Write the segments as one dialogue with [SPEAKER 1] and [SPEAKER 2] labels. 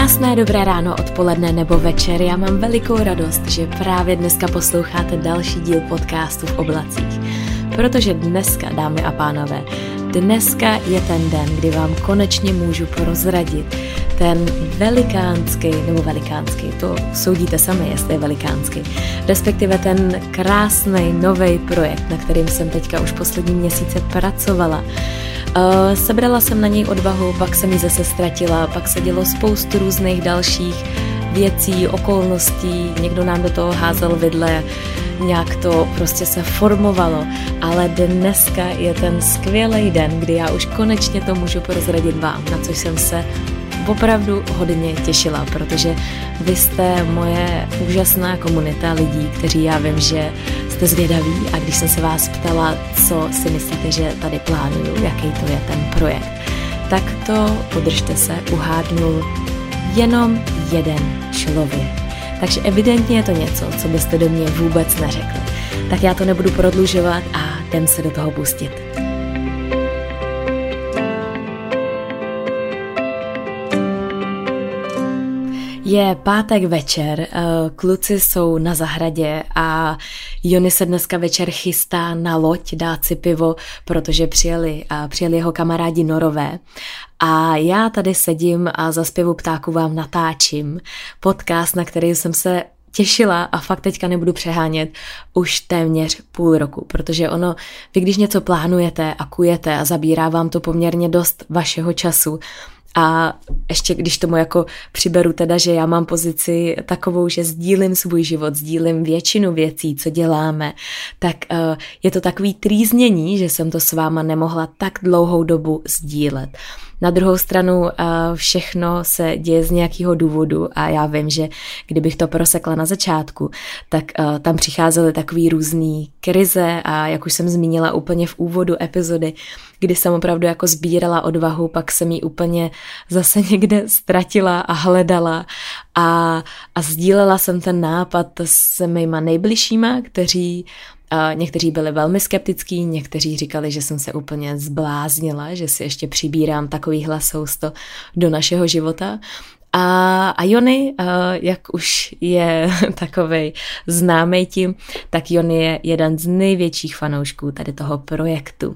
[SPEAKER 1] Krásné dobré ráno, odpoledne nebo večer. Já mám velikou radost, že právě dneska posloucháte další díl podcastu V oblacích. Protože dneska, dámy a pánové, dneska je ten den, kdy vám konečně můžu prozradit ten velikánský, to soudíte sami, jestli je velikánský, respektive ten krásný nový projekt, na kterým jsem teďka už poslední měsíce pracovala. Sebrala jsem na něj odvahu, pak jsem ji zase ztratila, pak se dělo spoustu různých dalších věcí, okolností, někdo nám do toho házel vidle, nějak to prostě se formovalo, ale dneska je ten skvělý den, kdy já už konečně to můžu prozradit vám, na což jsem se opravdu hodně těšila, protože vy jste moje úžasná komunita lidí, kteří já vím, že jste zvědaví, a když jsem se vás ptala, co si myslíte, že tady plánuju, jaký to je ten projekt, tak to, podržte se, uhádnul jenom jeden člověk. Takže evidentně je to něco, co byste do mě vůbec neřekli. Tak já to nebudu prodlužovat a jdem se do toho pustit. Je pátek večer, kluci jsou na zahradě a Jony se dneska večer chystá na loď dát si pivo, protože přijeli jeho kamarádi Norové. A já tady sedím a za zpěvu ptáků vám natáčím podcast, na který jsem se těšila a fakt teďka nebudu přehánět už téměř půl roku, protože vy když něco plánujete a kujete a zabírá vám to poměrně dost vašeho času, a ještě když tomu jako přiberu teda, že já mám pozici takovou, že sdílím svůj život, sdílím většinu věcí, co děláme, tak je to takový trýznění, že jsem to s váma nemohla tak dlouhou dobu sdílet. Na druhou stranu všechno se děje z nějakého důvodu a já vím, že kdybych to prosekla na začátku, tak tam přicházely takový různý krize a jak už jsem zmínila úplně v úvodu epizody, kdy jsem opravdu jako sbírala odvahu, pak jsem ji úplně zase někde ztratila a hledala a sdílela jsem ten nápad s mýma nejbližšíma, někteří byli velmi skeptický, někteří říkali, že jsem se úplně zbláznila, že si ještě přibírám takovýhle sousto do našeho života. A Jony, jak už je takovej známej tím, tak Jony je jeden z největších fanoušků tady toho projektu.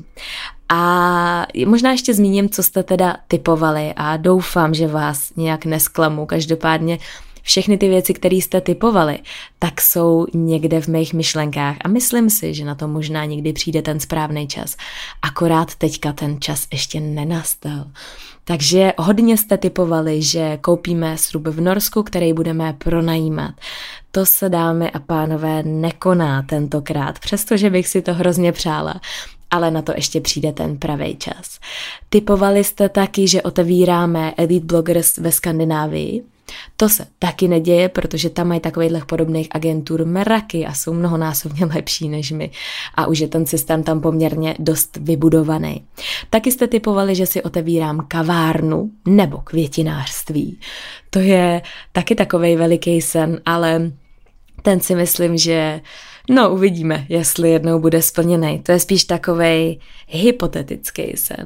[SPEAKER 1] A možná ještě zmíním, co jste teda tipovali a doufám, že vás nějak nesklamu. Každopádně všechny ty věci, které jste tipovali, tak jsou někde v mých myšlenkách a myslím si, že na to možná někdy přijde ten správný čas. Akorát teďka ten čas ještě nenastal. Takže hodně jste tipovali, že koupíme srub v Norsku, který budeme pronajímat. To se, dámy a pánové, nekoná tentokrát, přestože bych si to hrozně přála. Ale na to ještě přijde ten pravý čas. Tipovali jste taky, že otevíráme Elite Bloggers ve Skandinávii. To se taky neděje, protože tam mají takových podobných agentur mraky a jsou mnohonásobně lepší než my. A už je ten systém tam poměrně dost vybudovaný. Taky jste tipovali, že si otevírám kavárnu nebo květinářství. To je taky takovej veliký sen, ale ten si myslím, že uvidíme, jestli jednou bude splněný. To je spíš takovej hypotetický sen.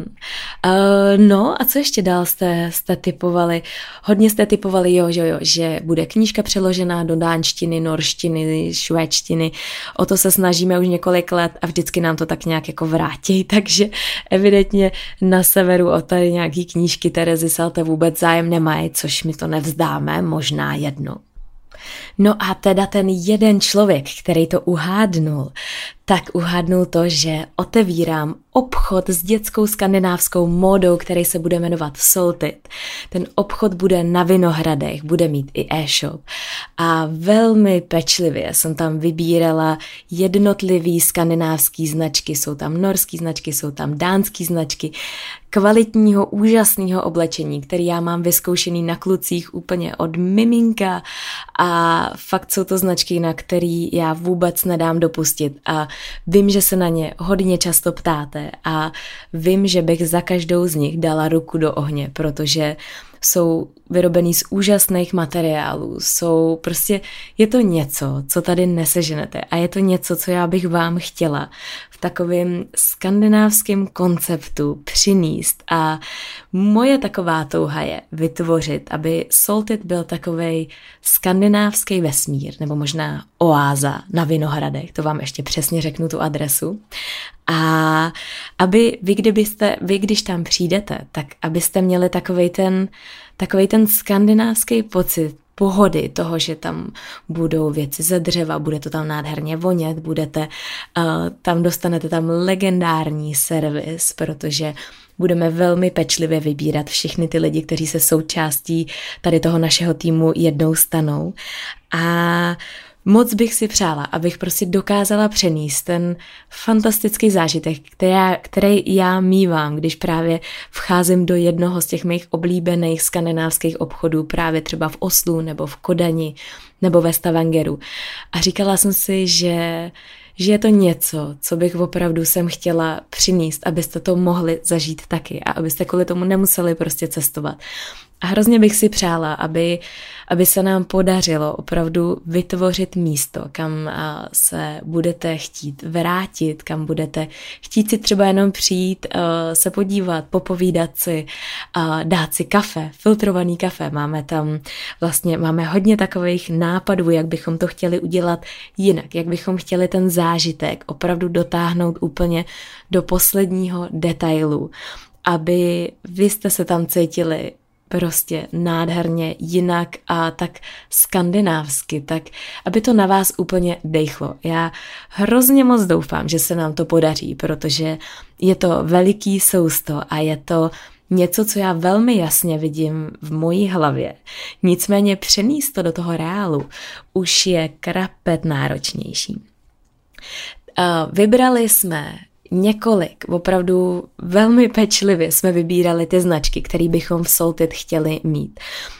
[SPEAKER 1] A co ještě dál jste tipovali? Hodně jste tipovali, že bude knížka přeložená do dánštiny, norštiny, švédštiny. O to se snažíme už několik let a vždycky nám to tak nějak jako vrátí, takže evidentně na severu o tady nějaký knížky Terezy Salte vůbec zájem nemají, což mi to nevzdáme, možná jednou. No a teda ten jeden člověk, který to uhádnul, tak uhádnul to, že otevírám obchod s dětskou skandinávskou módou, který se bude jmenovat Salted. Ten obchod bude na Vinohradech, bude mít i e-shop. A velmi pečlivě jsem tam vybírala jednotlivý skandinávský značky. Jsou tam norský značky, jsou tam dánský značky, kvalitního, úžasného oblečení, který já mám vyzkoušený na klucích úplně od miminka a fakt jsou to značky, na který já vůbec nedám dopustit a vím, že se na ně hodně často ptáte a vím, že bych za každou z nich dala ruku do ohně, protože jsou vyrobený z úžasných materiálů, je to něco, co tady neseženete a je to něco, co já bych vám chtěla v takovém skandinávském konceptu přinést a moje taková touha je vytvořit, aby Salted byl takovej skandinávský vesmír, nebo možná oáza na Vinohradech, to vám ještě přesně řeknu tu adresu. A aby vy, když tam přijdete, tak abyste měli takovej ten skandinávský pocit pohody toho, že tam budou věci ze dřeva, bude to tam nádherně vonět, dostanete tam legendární servis, protože budeme velmi pečlivě vybírat všechny ty lidi, kteří se součástí tady toho našeho týmu jednou stanou. A moc bych si přála, abych prostě dokázala přenést ten fantastický zážitek, který já mívám, když právě vcházím do jednoho z těch mých oblíbených skandinávských obchodů, právě třeba v Oslu nebo v Kodani nebo ve Stavangeru. A říkala jsem si, že je to něco, co bych opravdu sem chtěla přinést, abyste to mohli zažít taky a abyste kvůli tomu nemuseli prostě cestovat. A hrozně bych si přála, aby se nám podařilo opravdu vytvořit místo, kam se budete chtít vrátit, kam budete chtít si třeba jenom přijít, se podívat, popovídat si, dát si kafe, filtrovaný kafe. Máme hodně takových nápadů, jak bychom to chtěli udělat jinak, jak bychom chtěli ten zážitek opravdu dotáhnout úplně do posledního detailu, aby vy jste se tam cítili prostě nádherně jinak a tak skandinávsky, tak aby to na vás úplně dejchlo. Já hrozně moc doufám, že se nám to podaří, protože je to veliký sousto a je to něco, co já velmi jasně vidím v mojí hlavě. Nicméně přenést to do toho reálu už je krapet náročnější. Vybrali jsme opravdu velmi pečlivě jsme vybírali ty značky, které bychom v Salted chtěli mít.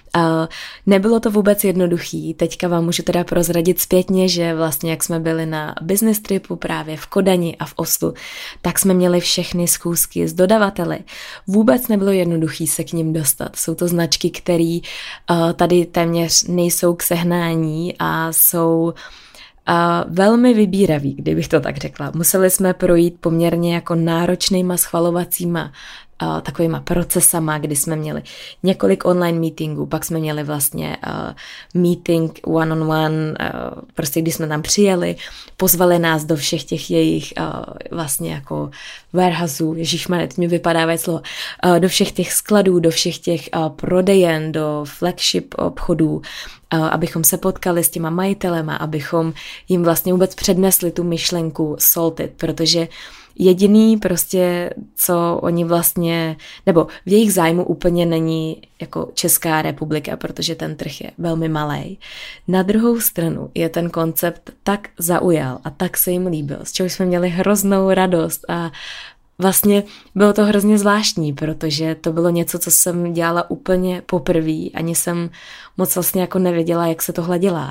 [SPEAKER 1] Nebylo to vůbec jednoduchý, teďka vám můžu teda prozradit zpětně, že vlastně jak jsme byli na business tripu právě v Kodani a v Oslu, tak jsme měli všechny schůzky s dodavateli. Vůbec nebylo jednoduchý se k nim dostat. Jsou to značky, které tady téměř nejsou k sehnání a jsou velmi vybíravý, kdybych to tak řekla. Museli jsme projít poměrně jako náročnýma schvalovacíma takovýma procesama, kdy jsme měli několik online meetingů, pak jsme měli vlastně meeting one-on-one, prostě když jsme tam přijeli, pozvali nás do všech těch jejich vlastně jako warehouseů, ježišmarja, teď mi vypadávají slovo, do všech těch skladů, do všech těch prodejen, do flagship obchodů, abychom se potkali s těma majitelema, abychom jim vlastně vůbec přednesli tu myšlenku Salted, protože jediný prostě, co oni vlastně, nebo v jejich zájmu úplně není jako Česká republika, protože ten trh je velmi malej. Na druhou stranu je ten koncept tak zaujal a tak se jim líbil, z čeho jsme měli hroznou radost a vlastně bylo to hrozně zvláštní, protože to bylo něco, co jsem dělala úplně poprvé, ani jsem moc vlastně jako nevěděla, jak se tohle dělá,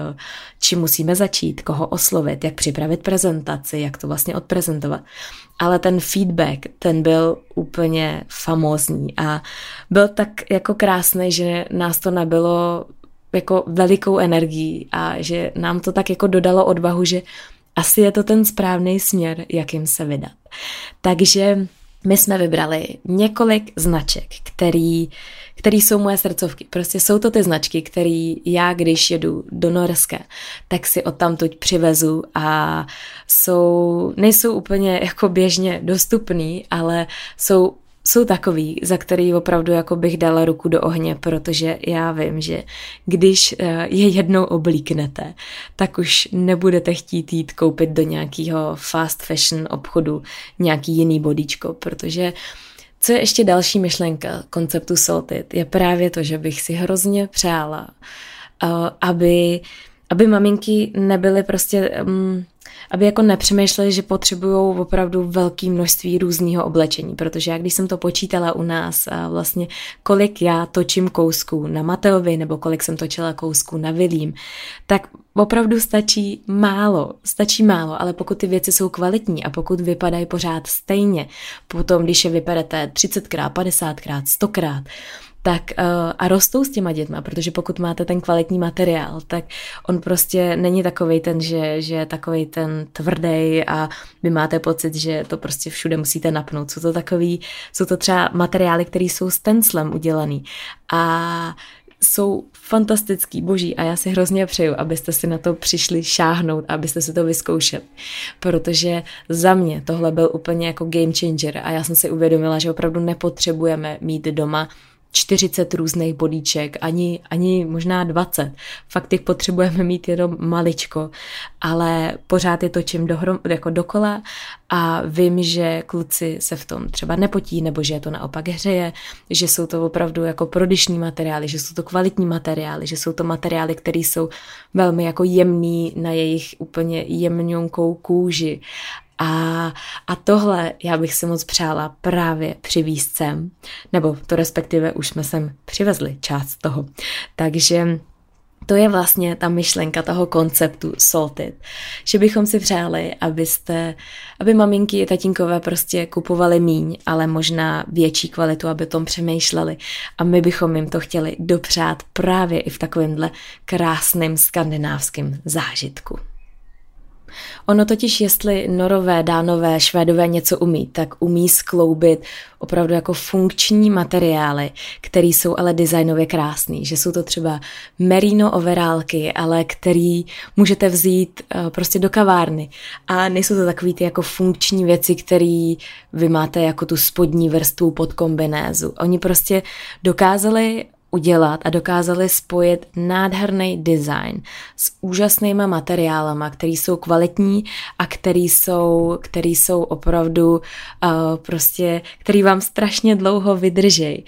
[SPEAKER 1] čím musíme začít, koho oslovit, jak připravit prezentaci, jak to vlastně odprezentovat. Ale ten feedback, ten byl úplně famózní a byl tak jako krásný, že nás to nabilo jako velikou energií a že nám to tak jako dodalo odvahu, že asi je to ten správný směr, jakým se vydat. Takže my jsme vybrali několik značek, který jsou moje srdcovky. Prostě jsou to ty značky, které já, když jedu do Norska, tak si odtamtud přivezu a nejsou úplně jako běžně dostupný, ale jsou takový, za který opravdu jako bych dala ruku do ohně, protože já vím, že když je jednou oblíknete, tak už nebudete chtít jít koupit do nějakého fast fashion obchodu nějaký jiný bodíčko, protože co je ještě další myšlenka konceptu Salted, je právě to, že bych si hrozně přála, aby maminky nebyly prostě aby jako nepřemýšleli, že potřebují opravdu velké množství různého oblečení, protože já když jsem to počítala u nás a vlastně kolik já točím kousků na Mateovi nebo kolik jsem točila kousků na Vilím, tak opravdu stačí málo, ale pokud ty věci jsou kvalitní a pokud vypadají pořád stejně, potom když je vyperete 30krát, 50krát, 100krát, tak a rostou s těma dětma, protože pokud máte ten kvalitní materiál, tak on prostě není takovej ten, že je takovej ten tvrdý a vy máte pocit, že to prostě všude musíte napnout. Jsou to třeba materiály, které jsou stenclem udělaný a jsou fantastický, boží a já si hrozně přeju, abyste si na to přišli šáhnout a abyste si to vyzkoušeli, protože za mě tohle byl úplně jako game changer a já jsem si uvědomila, že opravdu nepotřebujeme mít doma 40 různých bodíček, ani možná 20. Fakt jich potřebujeme mít jenom maličko, ale pořád je točím jako dokola a vím, že kluci se v tom třeba nepotí, nebo že je to naopak hřeje, že jsou to opravdu jako prodyšní materiály, že jsou to kvalitní materiály, že jsou to materiály, které jsou velmi jako jemný na jejich úplně jemňonkou kůži. A tohle já bych si moc přála právě přivízt sem, nebo to respektive už jsme sem přivezli část toho. Takže to je vlastně ta myšlenka toho konceptu Salted, že bychom si přáli, aby maminky i tatínkové prostě kupovali míň, ale možná větší kvalitu, aby tom přemýšleli a my bychom jim to chtěli dopřát právě i v takovémhle krásném skandinávském zážitku. Ono totiž, jestli Norové, Dánové, Švédové něco umí, tak umí skloubit opravdu jako funkční materiály, které jsou ale designově krásný, že jsou to třeba merino overálky, ale který můžete vzít prostě do kavárny a nejsou to takový ty jako funkční věci, které vy máte jako tu spodní vrstvu pod kombinézu. Oni prostě dokázali udělat a dokázali spojit nádherný design s úžasnýma materiálama, který jsou kvalitní a který jsou opravdu prostě, který vám strašně dlouho vydrží.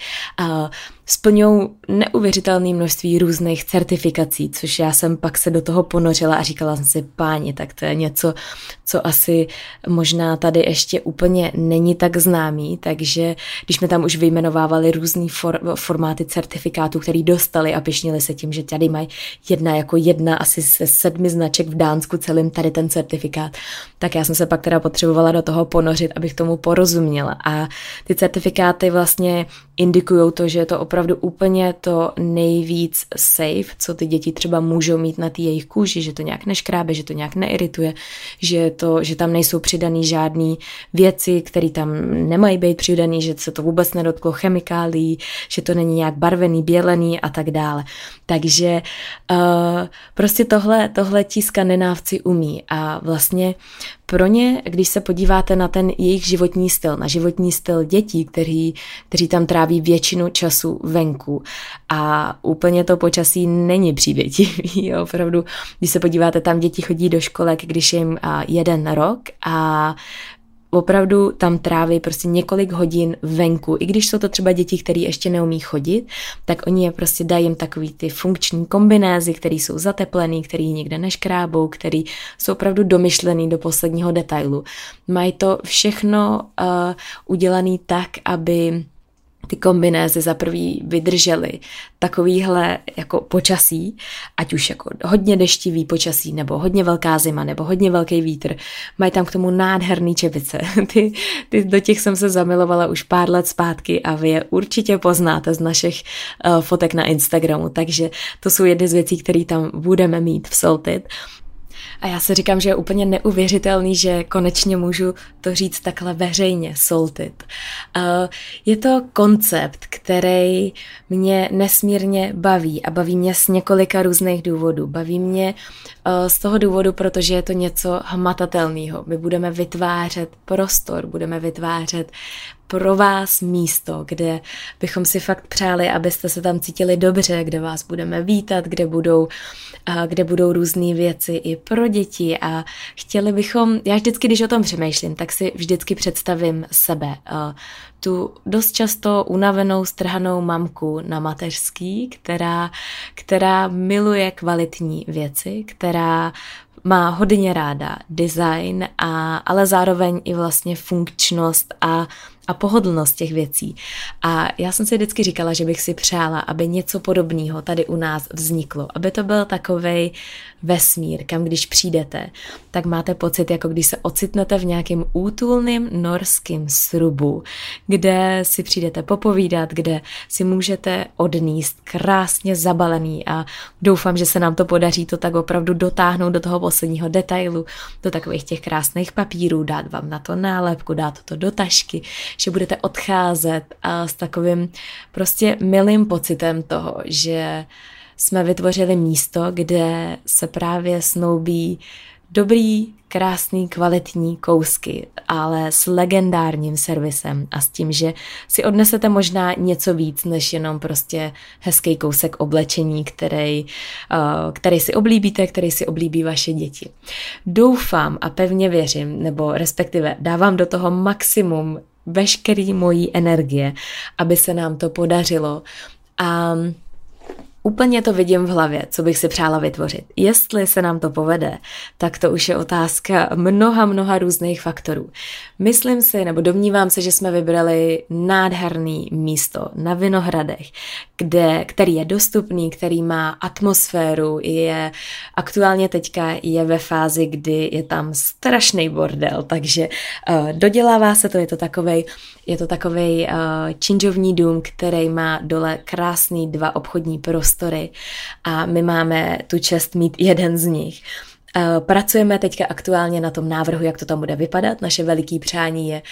[SPEAKER 1] Splňují neuvěřitelné množství různých certifikací, což já jsem pak se do toho ponořila a říkala jsem si, páni, tak to je něco, co asi možná tady ještě úplně není tak známý, takže když jsme tam už vyjmenovávali různý formáty certifikátů, který dostali a pyšnili se tím, že tady mají jedna asi se 7 značek v Dánsku celým tady ten certifikát, tak já jsem se pak teda potřebovala do toho ponořit, abych tomu porozuměla. A ty certifikáty vlastně indikují to, že je to opravdu úplně to nejvíc safe, co ty děti třeba můžou mít na té jejich kůži, že to nějak neškrábe, že to nějak neirituje, že tam nejsou přidaný žádný věci, které tam nemají být přidaný, že se to vůbec nedotklo chemikálií, že to není nějak barvený, bělený a tak dále. Takže prostě tohle ti Skandinávci umí a vlastně pro ně, když se podíváte na ten jejich životní styl, na životní styl dětí, kteří tam tráví většinu času venku a úplně to počasí není přívětivý, opravdu, když se podíváte, tam děti chodí do školek, když je jim 1 rok a opravdu tam tráví prostě několik hodin venku. I když jsou to třeba děti, které ještě neumí chodit, tak oni je prostě dají jim takový ty funkční kombinézy, které jsou zateplený, které nikde neškrábou, které jsou opravdu domyšlený do posledního detailu. Mají to všechno udělané tak, aby ty kombinézy za prvý vydržely takovýhle jako počasí, ať už jako hodně deštivý počasí, nebo hodně velká zima, nebo hodně velký vítr. Mají tam k tomu nádherný čepice. Do těch jsem se zamilovala už pár let zpátky a vy je určitě poznáte z našich fotek na Instagramu, takže to jsou jedny z věcí, které tam budeme mít v Salted. A já si říkám, že je úplně neuvěřitelný, že konečně můžu to říct takhle veřejně, Salted. Je to koncept, který mě nesmírně baví a baví mě z několika různých důvodů. Baví mě z toho důvodu, protože je to něco hmatatelného. My budeme vytvářet prostor, budeme vytvářet pro vás místo, kde bychom si fakt přáli, abyste se tam cítili dobře, kde vás budeme vítat, kde budou různé věci i pro děti a chtěli bychom, já vždycky, když o tom přemýšlím, tak si vždycky představím sebe, tu dost často unavenou, strhanou mamku na mateřský, která miluje kvalitní věci, která má hodně ráda design, ale zároveň i vlastně funkčnost a pohodlnost těch věcí. A já jsem si vždycky říkala, že bych si přála, aby něco podobného tady u nás vzniklo. Aby to byl takovej vesmír, kam když přijdete, tak máte pocit, jako když se ocitnete v nějakém útulném norském srubu, kde si přijdete popovídat, kde si můžete odníst krásně zabalený a doufám, že se nám to podaří to tak opravdu dotáhnout do toho posledního detailu, do takových těch krásných papírů, dát vám na to nálepku, dát to do tašky, že budete odcházet a s takovým prostě milým pocitem toho, že jsme vytvořili místo, kde se právě snoubí dobrý, krásný, kvalitní kousky, ale s legendárním servisem a s tím, že si odnesete možná něco víc, než jenom prostě hezký kousek oblečení, který si oblíbíte, který si oblíbí vaše děti. Doufám a pevně věřím, nebo respektive dávám do toho maximum veškerý mojí energie, aby se nám to podařilo. A úplně to vidím v hlavě, co bych si přála vytvořit. Jestli se nám to povede, tak to už je otázka mnoha různých faktorů. Myslím si, nebo domnívám se, že jsme vybrali nádherný místo na Vinohradech, který je dostupný, který má atmosféru, aktuálně teďka je ve fázi, kdy je tam strašný bordel, takže dodělává se to, je to takovej činžovní dům, který má dole krásný 2 obchodní prostory a my máme tu čest mít jeden z nich. Pracujeme teďka aktuálně na tom návrhu, jak to tam bude vypadat. Naše veliký přání je,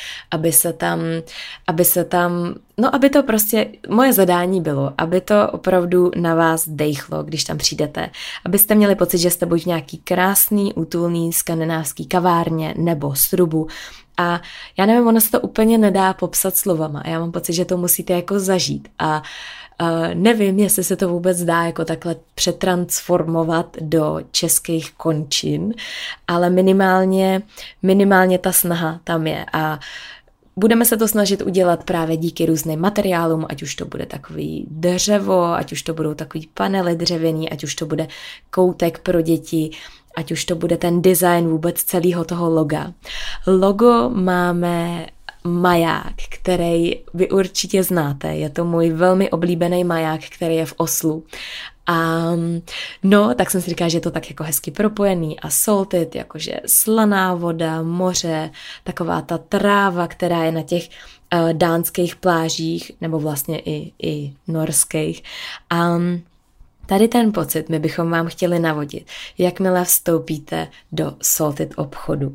[SPEAKER 1] aby to prostě, moje zadání bylo, aby to opravdu na vás dejchlo, když tam přijdete. Abyste měli pocit, že jste buď v nějaký krásný, útulný skandinávský kavárně nebo srubu. A já nevím, ono se to úplně nedá popsat slovama. Já mám pocit, že to musíte jako zažít. A nevím, jestli se to vůbec dá jako takhle přetransformovat do českých končin, ale minimálně ta snaha tam je a budeme se to snažit udělat právě díky různým materiálům, ať už to bude takový dřevo, ať už to budou takový panely dřevěný, ať už to bude koutek pro děti, ať už to bude ten design vůbec celého toho loga. Logo máme maják, který vy určitě znáte. Je to můj velmi oblíbený maják, který je v Oslu. A tak jsem si říkala, že je to tak jako hezky propojený a salted, jakože slaná voda, moře, taková ta tráva, která je na těch dánských plážích, nebo vlastně i norských. Tady ten pocit my bychom vám chtěli navodit, jakmile vstoupíte do salted obchodu.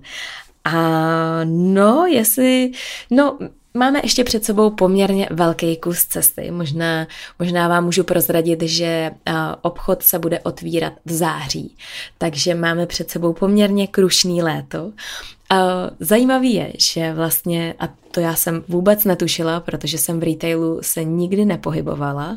[SPEAKER 1] Máme ještě před sebou poměrně velký kus cesty. Možná vám můžu prozradit, že obchod se bude otvírat v září, takže máme před sebou poměrně krušný léto. Zajímavý je, že vlastně, a to já jsem vůbec netušila, protože jsem v retailu se nikdy nepohybovala,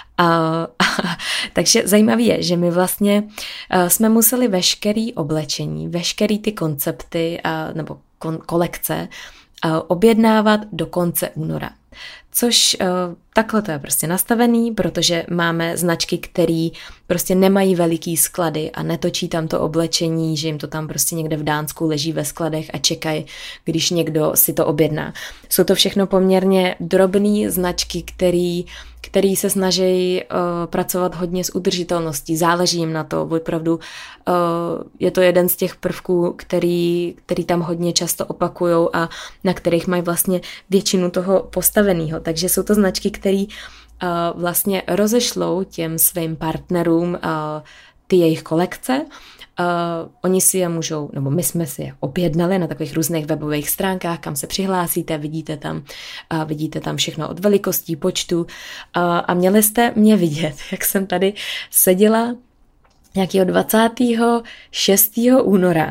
[SPEAKER 1] takže zajímavý je, že my vlastně jsme museli veškerý oblečení, veškerý ty koncepty nebo kolekce objednávat do konce února. Což takhle to je prostě nastavený, protože máme značky, které prostě nemají veliký sklady a netočí tam to oblečení, že jim to tam prostě někde v Dánsku leží ve skladech a čekají, když někdo si to objedná. Jsou to všechno poměrně drobné značky, který se snaží pracovat hodně s udržitelností. Záleží jim na to, opravdu je to jeden z těch prvků, který tam hodně často opakujou a na kterých mají vlastně většinu toho postaveného. Takže jsou to značky, které vlastně rozešlou těm svým partnerům ty jejich kolekce. Oni si je můžou, nebo my jsme si je objednali na takových různých webových stránkách, kam se přihlásíte, vidíte tam všechno od velikostí, počtu a měli jste mě vidět, jak jsem tady seděla nějakého 26. února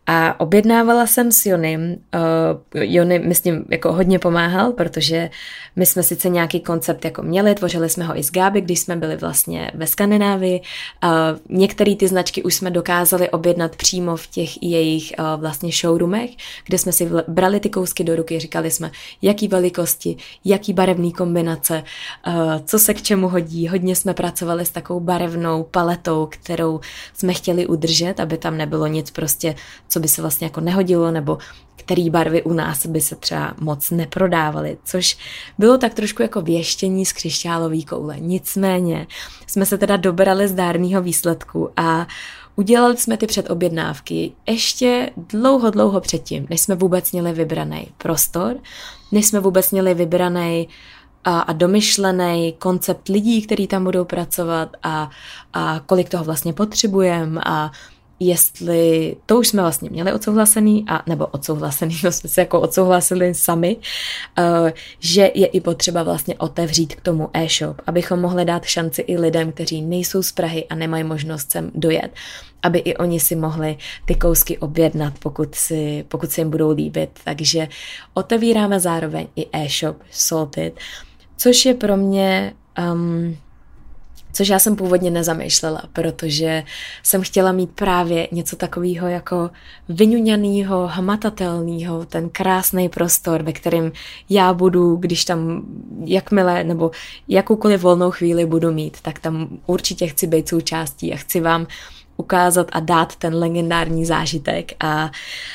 [SPEAKER 1] A objednávala jsem s Jonym. Jony mi s tím jako hodně pomáhal, protože my jsme sice nějaký koncept jako měli, tvořili jsme ho i s Gáby, když jsme byli vlastně ve Skandinávii. Některé ty značky už jsme dokázali objednat přímo v těch jejich vlastně showroomech, kde jsme si brali ty kousky do ruky, říkali jsme, jaký velikosti, jaký barevný kombinace, co se k čemu hodí. Hodně jsme pracovali s takovou barevnou paletou, kterou jsme chtěli udržet, aby tam nebylo nic prostě, co by se vlastně jako nehodilo, nebo který barvy u nás by se třeba moc neprodávaly, což bylo tak trošku jako věštění z křišťálové koule. Nicméně jsme se teda dobrali zdárného výsledku a udělali jsme ty předobjednávky ještě dlouho předtím, než jsme vůbec měli vybraný prostor, než jsme vůbec měli vybraný a domyšlený koncept lidí, kteří tam budou pracovat a kolik toho vlastně potřebujeme a jestli, to už jsme vlastně měli odsouhlasený, to jsme si jako odsouhlasili sami, že je i potřeba vlastně otevřít k tomu e-shop, abychom mohli dát šanci i lidem, kteří nejsou z Prahy a nemají možnost sem dojet, aby i oni si mohli ty kousky objednat, pokud si jim budou líbit. Takže otevíráme zároveň i e-shop Salted, což je pro mě což já jsem původně nezamýšlela, protože jsem chtěla mít právě něco takového jako vyňuňanýho, hmatatelného, ten krásný prostor, ve kterém já budu, když tam jakmile nebo jakoukoliv volnou chvíli budu mít, tak tam určitě chci být součástí a chci vám ukázat a dát ten legendární zážitek a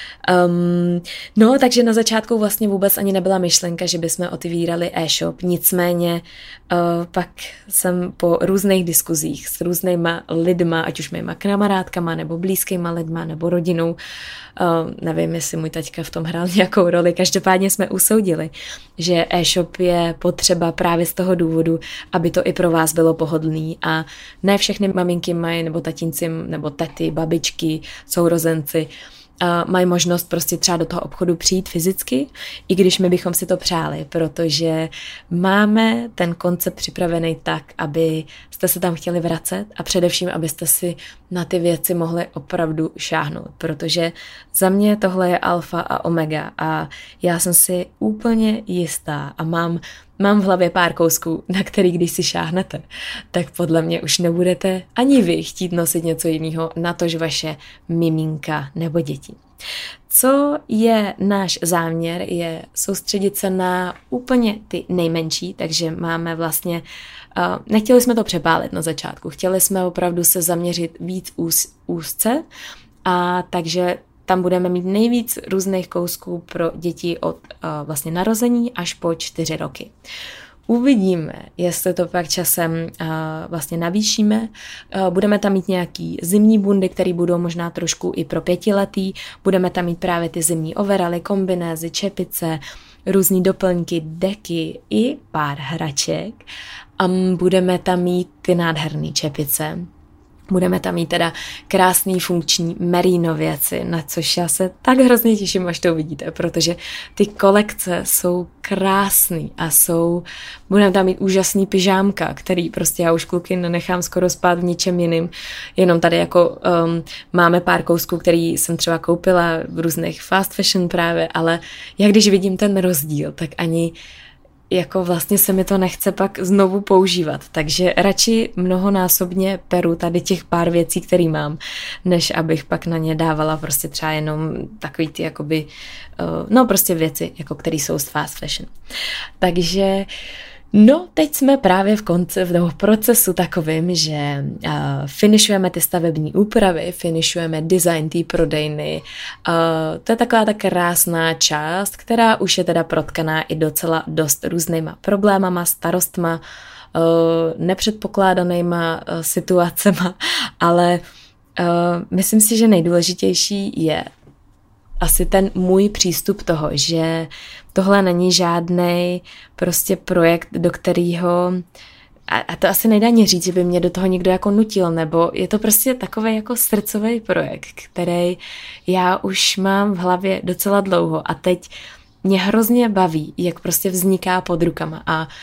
[SPEAKER 1] takže na začátku vlastně vůbec ani nebyla myšlenka, že bychom otevírali e-shop, nicméně pak jsem po různých diskuzích s různýma lidma, ať už mýma kamarádkama, nebo blízkýma lidma, nebo rodinou, nevím, jestli můj taťka v tom hrál nějakou roli, každopádně jsme usoudili, že e-shop je potřeba právě z toho důvodu, aby to i pro vás bylo pohodlný a ne všechny maminky mají, nebo tatínci, nebo tety, babičky, sourozenci, mají možnost prostě třeba do toho obchodu přijít fyzicky, i když my bychom si to přáli, protože máme ten koncept připravený tak, aby jste se tam chtěli vracet a především, abyste si na ty věci mohli opravdu šáhnout, protože za mě tohle je alfa a omega a já jsem si úplně jistá a mám v hlavě pár kousků, na který když si šáhnete, tak podle mě už nebudete ani vy chtít nosit něco jiného, natož vaše miminka nebo děti. Co je náš záměr, je soustředit se na úplně ty nejmenší, takže máme vlastně, nechtěli jsme to přepálit na začátku, chtěli jsme opravdu se zaměřit víc úzce a takže tam budeme mít nejvíc různých kousků pro děti od vlastně narození až po 4 roky. Uvidíme, jestli to pak časem vlastně navýšíme. Budeme tam mít nějaký zimní bundy, které budou možná trošku i pro 5letý. Budeme tam mít právě ty zimní overaly, kombinézy, čepice, různý doplňky, deky i pár hraček. Budeme tam mít ty nádherné čepice. Budeme tam mít teda krásný funkční merino věci, na což já se tak hrozně těším, až to uvidíte, protože ty kolekce jsou krásný a budeme tam mít úžasný pyžámka, který prostě já už kluky nenechám skoro spát v ničem jiným, jenom tady jako máme pár kousků, který jsem třeba koupila v různých fast fashion právě, ale jak když vidím ten rozdíl, tak ani jako vlastně se mi to nechce pak znovu používat, takže radši mnohonásobně peru tady těch pár věcí, které mám, než abych pak na ně dávala prostě třeba jenom takový ty jakoby, prostě věci, jako které jsou z fast fashion. Takže teď jsme právě v procesu takovým, že finišujeme ty stavební úpravy, finišujeme design té prodejny. To je taková ta krásná část, která už je teda protkaná i docela dost různýma problémama, starostma, nepředpokládanýma situacema, ale myslím si, že nejdůležitější je asi ten můj přístup toho, že tohle není žádnej prostě projekt, do kterého, a to asi nejde ani říct, že by mě do toho někdo jako nutil, nebo je to prostě takový jako srdcový projekt, který já už mám v hlavě docela dlouho a teď mě hrozně baví, jak prostě vzniká pod rukama a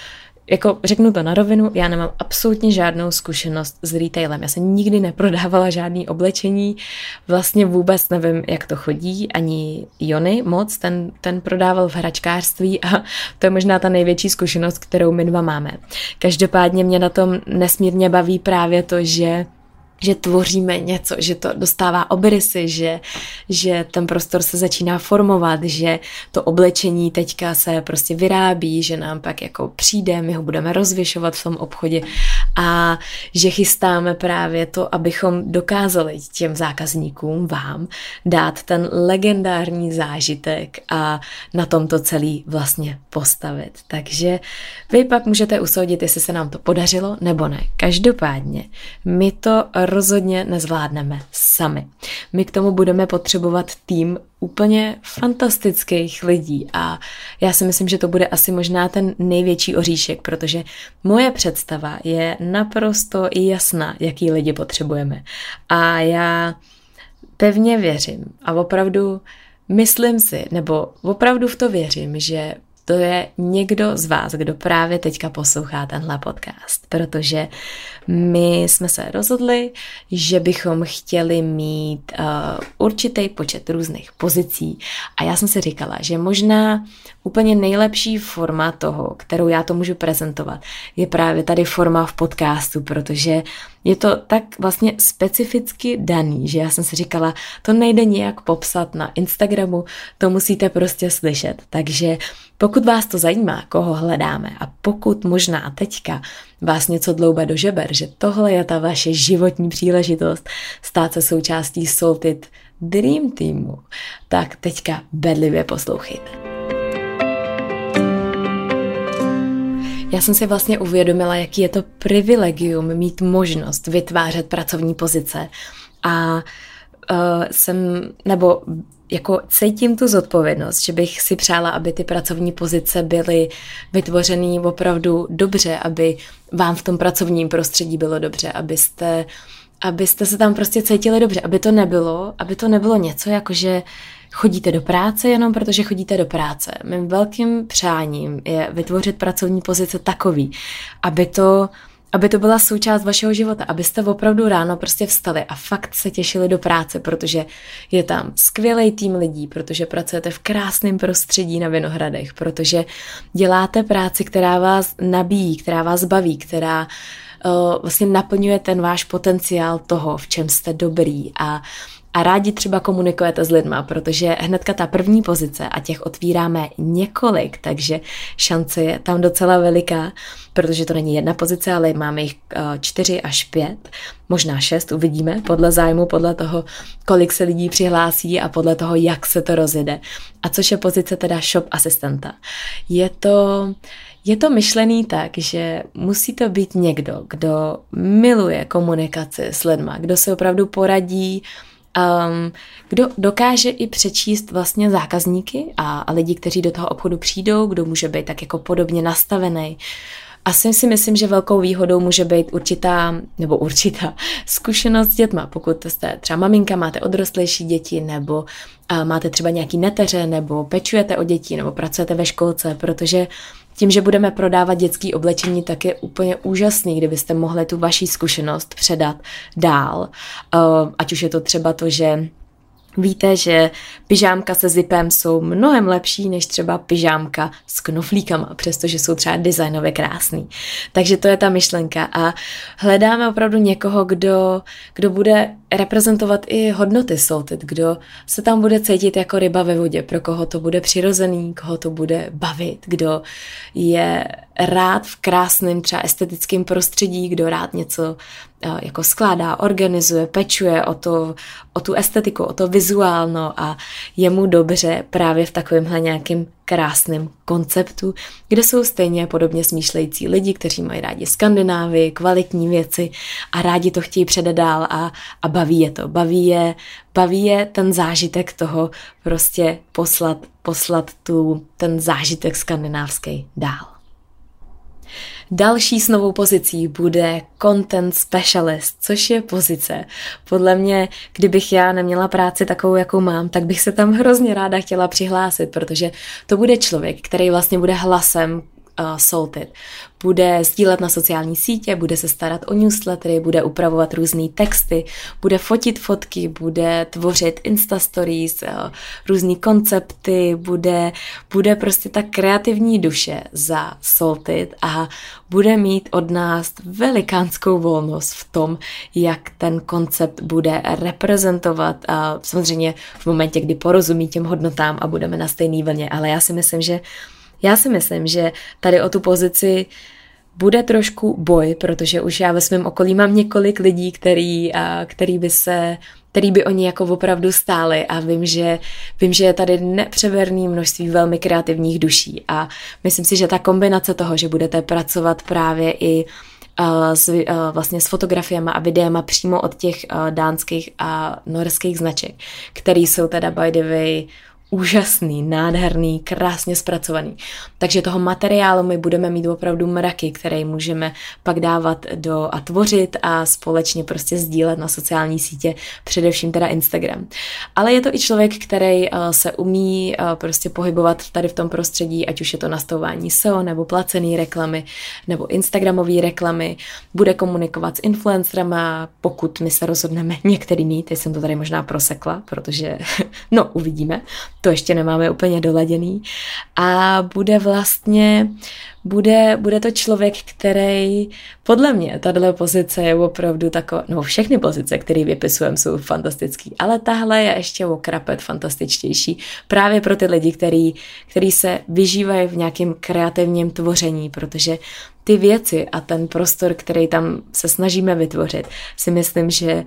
[SPEAKER 1] jako řeknu to na rovinu, já nemám absolutně žádnou zkušenost s retailem. Já jsem nikdy neprodávala žádný oblečení, vlastně vůbec nevím, jak to chodí, ani Jony moc, ten prodával v hračkářství a to je možná ta největší zkušenost, kterou my dva máme. Každopádně mě na tom nesmírně baví právě to, že tvoříme něco, že to dostává obrysy, že ten prostor se začíná formovat, že to oblečení teďka se prostě vyrábí, že nám pak jako přijde, my ho budeme rozvěšovat v tom obchodě a že chystáme právě to, abychom dokázali těm zákazníkům, vám, dát ten legendární zážitek a na tom to celý vlastně postavit. Takže vy pak můžete usoudit, jestli se nám to podařilo nebo ne. Každopádně my to rozhodně nezvládneme sami. My k tomu budeme potřebovat tým úplně fantastických lidí a já si myslím, že to bude asi možná ten největší oříšek, protože moje představa je naprosto jasná, jaký lidi potřebujeme. A já pevně věřím a opravdu myslím si, nebo opravdu v to věřím, že to je někdo z vás, kdo právě teďka poslouchá tenhle podcast, protože my jsme se rozhodli, že bychom chtěli mít určitý počet různých pozicí a já jsem si říkala, že možná úplně nejlepší forma toho, kterou já to můžu prezentovat, je právě tady forma v podcastu, protože je to tak vlastně specificky daný, že já jsem si říkala, to nejde nijak popsat na Instagramu, to musíte prostě slyšet. Takže pokud vás to zajímá, koho hledáme a pokud možná teďka vás něco dloube do žeber, že tohle je ta vaše životní příležitost stát se součástí Salted Dream Teamu, tak teďka bedlivě poslouchejte. Já jsem si vlastně uvědomila, jaký je to privilegium mít možnost vytvářet pracovní pozice a jako cítím tu zodpovědnost, že bych si přála, aby ty pracovní pozice byly vytvořený opravdu dobře, aby vám v tom pracovním prostředí bylo dobře, abyste se tam prostě cítili dobře, aby to nebylo něco jako, že chodíte do práce jenom protože chodíte do práce. Mým velkým přáním je vytvořit pracovní pozice takový, aby to byla součást vašeho života, abyste opravdu ráno prostě vstali a fakt se těšili do práce, protože je tam skvělý tým lidí, protože pracujete v krásném prostředí na Vinohradech, protože děláte práci, která vás nabíjí, která vás baví, která vlastně naplňuje ten váš potenciál toho, v čem jste dobrý a rádi třeba komunikujete s lidma, protože hnedka ta první pozice a těch otvíráme několik, takže šance je tam docela veliká, protože to není jedna pozice, ale máme jich 4 až 5, možná 6, uvidíme, podle zájmu, podle toho, kolik se lidí přihlásí a podle toho, jak se to rozjede. A což je pozice teda shop asistenta. Je to myšlený tak, že musí to být někdo, kdo miluje komunikaci s lidma, kdo se opravdu poradí, kdo dokáže i přečíst vlastně zákazníky a lidi, kteří do toho obchodu přijdou, kdo může být tak jako podobně nastavený. Asi si myslím, že velkou výhodou může být určitá zkušenost s dětma. Pokud jste třeba maminka, máte odrostlejší děti, nebo máte třeba nějaký neteře, nebo pečujete o děti, nebo pracujete ve školce, protože tím, že budeme prodávat dětské oblečení, tak je úplně úžasný, kdybyste mohli tu vaši zkušenost předat dál. Ať už je to třeba to, že víte, že pyžámka se zipem jsou mnohem lepší než třeba pyžámka s knoflíkama, přestože jsou třeba designově krásný. Takže to je ta myšlenka a hledáme opravdu někoho, kdo bude reprezentovat i hodnoty Salted, kdo se tam bude cítit jako ryba ve vodě, pro koho to bude přirozený, koho to bude bavit, kdo je rád v krásném třeba estetickém prostředí, kdo rád něco jako skládá, organizuje, pečuje o tu estetiku, o to vizuálno a je mu dobře právě v takovémhle nějakým krásném konceptu, kde jsou stejně podobně smýšlející lidi, kteří mají rádi Skandinávii, kvalitní věci a rádi to chtějí předat dál a baví je to. Baví je ten zážitek toho prostě poslat ten zážitek skandinávský dál. Další s novou pozicí bude Content Specialist, což je pozice. Podle mě, kdybych já neměla práci takovou, jakou mám, tak bych se tam hrozně ráda chtěla přihlásit, protože to bude člověk, který vlastně bude hlasem Salted. Bude sdílet na sociální sítě, bude se starat o newslettery, bude upravovat různý texty, bude fotit fotky, bude tvořit Insta stories, různý koncepty, bude prostě ta kreativní duše za Salted a bude mít od nás velikánskou volnost v tom, jak ten koncept bude reprezentovat a samozřejmě v momentě, kdy porozumí těm hodnotám a budeme na stejné vlně, ale já si myslím, že tady o tu pozici bude trošku boj, protože už já ve svém okolí mám několik lidí, který by oni jako opravdu stáli a vím, že je tady nepřeberné množství velmi kreativních duší a myslím si, že ta kombinace toho, že budete pracovat právě i vlastně s fotografiemi a videama přímo od těch dánských a norských značek, který jsou teda by the way úžasný, nádherný, krásně zpracovaný. Takže toho materiálu my budeme mít opravdu mraky, které můžeme pak dávat a tvořit a společně prostě sdílet na sociální sítě, především teda Instagram. Ale je to i člověk, který se umí prostě pohybovat tady v tom prostředí, ať už je to nastavování SEO, nebo placený reklamy, nebo Instagramové reklamy, bude komunikovat s influencerama, pokud my se rozhodneme některý mít, teď jsem to tady možná prosekla, protože uvidíme, to ještě nemáme úplně doladěný a bude to člověk, který podle mě, tahle pozice je opravdu taková, všechny pozice, které vypisujeme, jsou fantastický, ale tahle je ještě o krapet fantastičtější právě pro ty lidi, který se vyžívají v nějakém kreativním tvoření, protože ty věci a ten prostor, který tam se snažíme vytvořit, si myslím, že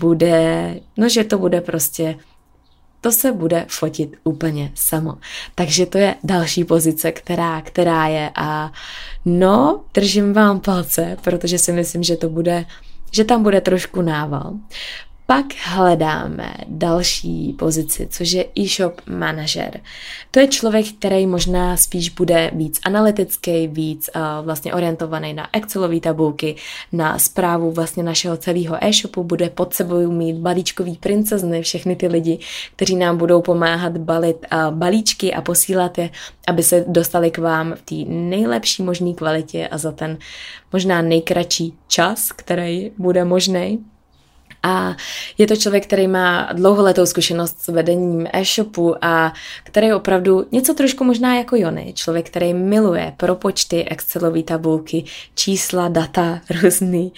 [SPEAKER 1] že to bude prostě to se bude fotit úplně samo. Takže to je další pozice, která je a držím vám palce, protože si myslím, že tam bude trošku nával. Pak hledáme další pozici, což je e-shop manažer. To je člověk, který možná spíš bude víc analytický, víc vlastně orientovaný na Excelové tabulky, na správu vlastně našeho celého e-shopu, bude pod sebou mít balíčkový princezny, všechny ty lidi, kteří nám budou pomáhat balit balíčky a posílat je, aby se dostali k vám v té nejlepší možné kvalitě a za ten možná nejkratší čas, který bude možný. A je to člověk, který má dlouholetou zkušenost s vedením e-shopu a který je opravdu něco trošku možná jako Jony. Člověk, který miluje propočty, Excelové tabulky, čísla, data různý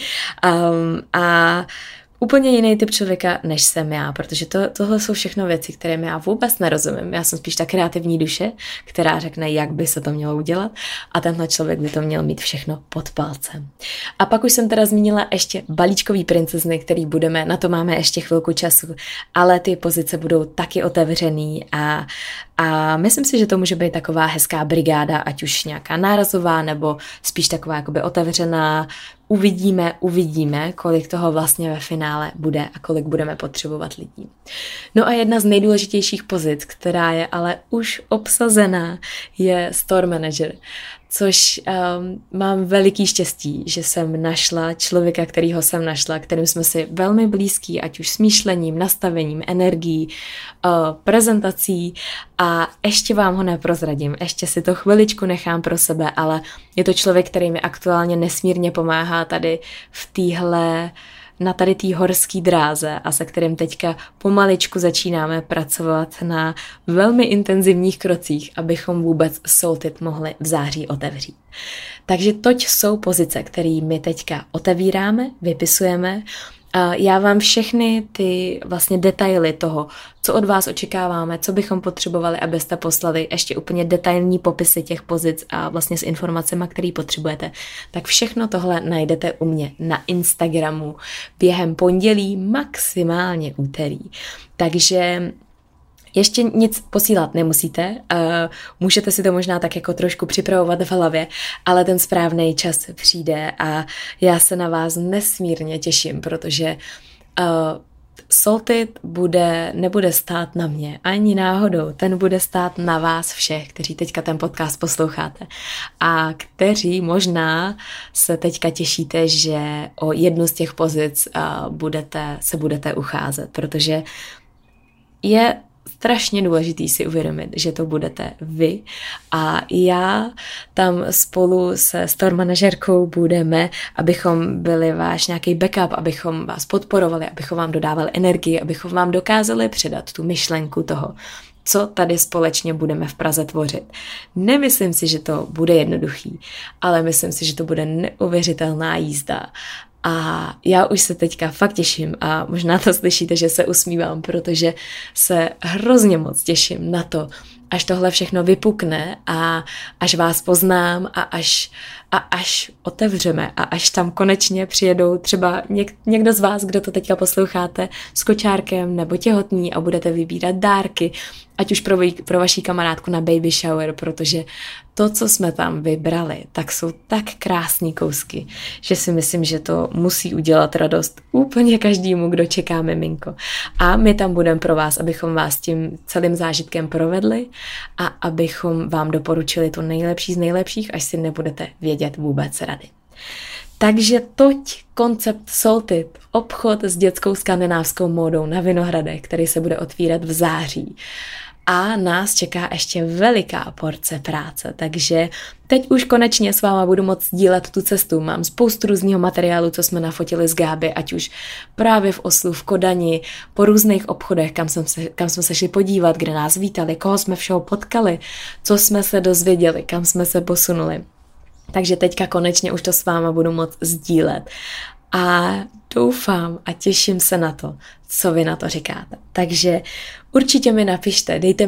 [SPEAKER 1] a úplně jiný typ člověka, než jsem já, protože tohle jsou všechno věci, které já vůbec nerozumím. Já jsem spíš ta kreativní duše, která řekne, jak by se to mělo udělat a tenhle člověk by to měl mít všechno pod palcem. A pak už jsem teda zmínila ještě balíčkový princezny, který na to máme ještě chvilku času, ale ty pozice budou taky otevřený a myslím si, že to může být taková hezká brigáda, ať už nějaká nárazová nebo spíš taková jakoby otevřená. Uvidíme, kolik toho vlastně ve finále bude a kolik budeme potřebovat lidí. No a jedna z nejdůležitějších pozic, která je ale už obsazená, je store manager, což mám veliký štěstí, že jsem našla člověka, kterým jsme si velmi blízký, ať už smýšlením, nastavením, energií, prezentací a ještě vám ho neprozradím, ještě si to chviličku nechám pro sebe, ale je to člověk, který mi aktuálně nesmírně pomáhá tady na tady té horské dráze a se kterým teďka pomaličku začínáme pracovat na velmi intenzivních krocích, abychom vůbec Salted mohli v září otevřít. Takže toť jsou pozice, které my teďka otevíráme, vypisujeme. Já vám všechny ty vlastně detaily toho, co od vás očekáváme, co bychom potřebovali, abyste poslali ještě úplně detailní popisy těch pozic a vlastně s informacemi, které potřebujete, tak všechno tohle najdete u mě na Instagramu během pondělí, maximálně úterý. Takže ještě nic posílat nemusíte, můžete si to možná tak jako trošku připravovat v hlavě, ale ten správný čas přijde a já se na vás nesmírně těším, protože Salted nebude stát na mě, ani náhodou, ten bude stát na vás všech, kteří teďka ten podcast posloucháte a kteří možná se teďka těšíte, že o jednu z těch pozic se budete ucházet, protože je strašně důležitý si uvědomit, že to budete vy a já tam spolu se store manažerkou budeme, abychom byli váš nějaký backup, abychom vás podporovali, abychom vám dodávali energii, abychom vám dokázali předat tu myšlenku toho, co tady společně budeme v Praze tvořit. Nemyslím si, že to bude jednoduchý, ale myslím si, že to bude neuvěřitelná jízda. A já už se teďka fakt těším a možná to slyšíte, že se usmívám, protože se hrozně moc těším na to, až tohle všechno vypukne a až vás poznám a až otevřeme a až tam konečně přijedou třeba někdo z vás, kdo to teďka posloucháte, s kočárkem nebo těhotný a budete vybírat dárky, ať už pro vaší kamarádku na baby shower, protože to, co jsme tam vybrali, tak jsou tak krásný kousky, že si myslím, že to musí udělat radost úplně každému, kdo čeká miminko. A my tam budeme pro vás, abychom vás tím celým zážitkem provedli a abychom vám doporučili to nejlepší z nejlepších, až si nebudete vědět vůbec rady. Takže toť koncept Salted, obchod s dětskou skandinávskou módou na Vinohradech, který se bude otvírat v září. A nás čeká ještě veliká porce práce, takže teď už konečně s váma budu moct dílet tu cestu. Mám spoustu různého materiálu, co jsme nafotili s Gáby, ať už právě v Oslu, v Kodani, po různých obchodech, kam jsme se šli podívat, kde nás vítali, koho jsme všeho potkali, co jsme se dozvěděli, kam jsme se posunuli. Takže teďka konečně už to s váma budu moct sdílet. A doufám a těším se na to, co vy na to říkáte. Takže určitě mi napište, dejte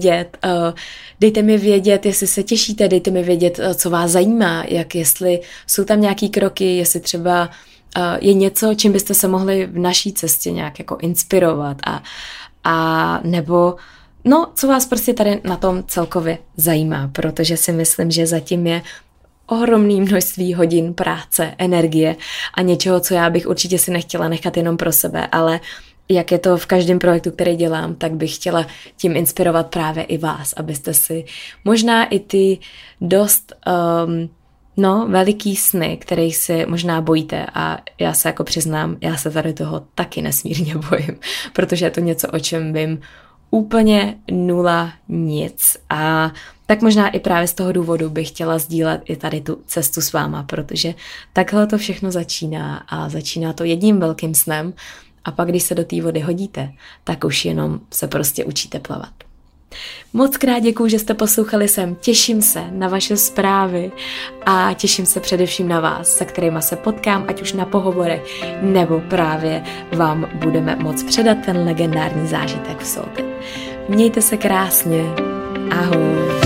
[SPEAKER 1] mi vědět, jestli se těšíte, dejte mi vědět, co vás zajímá, jestli jsou tam nějaký kroky, jestli třeba je něco, čím byste se mohli v naší cestě nějak jako inspirovat a nebo co vás prostě tady na tom celkově zajímá, protože si myslím, že zatím je ohromné množství hodin práce, energie a něčeho, co já bych určitě si nechtěla nechat jenom pro sebe, ale jak je to v každém projektu, který dělám, tak bych chtěla tím inspirovat právě i vás, abyste si možná i ty dost veliký sny, kterých si možná bojíte a já se jako přiznám, já se tady toho taky nesmírně bojím, protože je to něco, o čem vím úplně nula nic a tak možná i právě z toho důvodu bych chtěla sdílet i tady tu cestu s váma, protože takhle to všechno začíná a začíná to jedním velkým snem a pak, když se do té vody hodíte, tak už jenom se prostě učíte plavat. Moc krát děkuju, že jste poslouchali sem, těším se na vaše zprávy a těším se především na vás, se kterýma se potkám, ať už na pohovorech, nebo právě vám budeme moct předat ten legendární zážitek v Salted. Mějte se krásně, ahoj.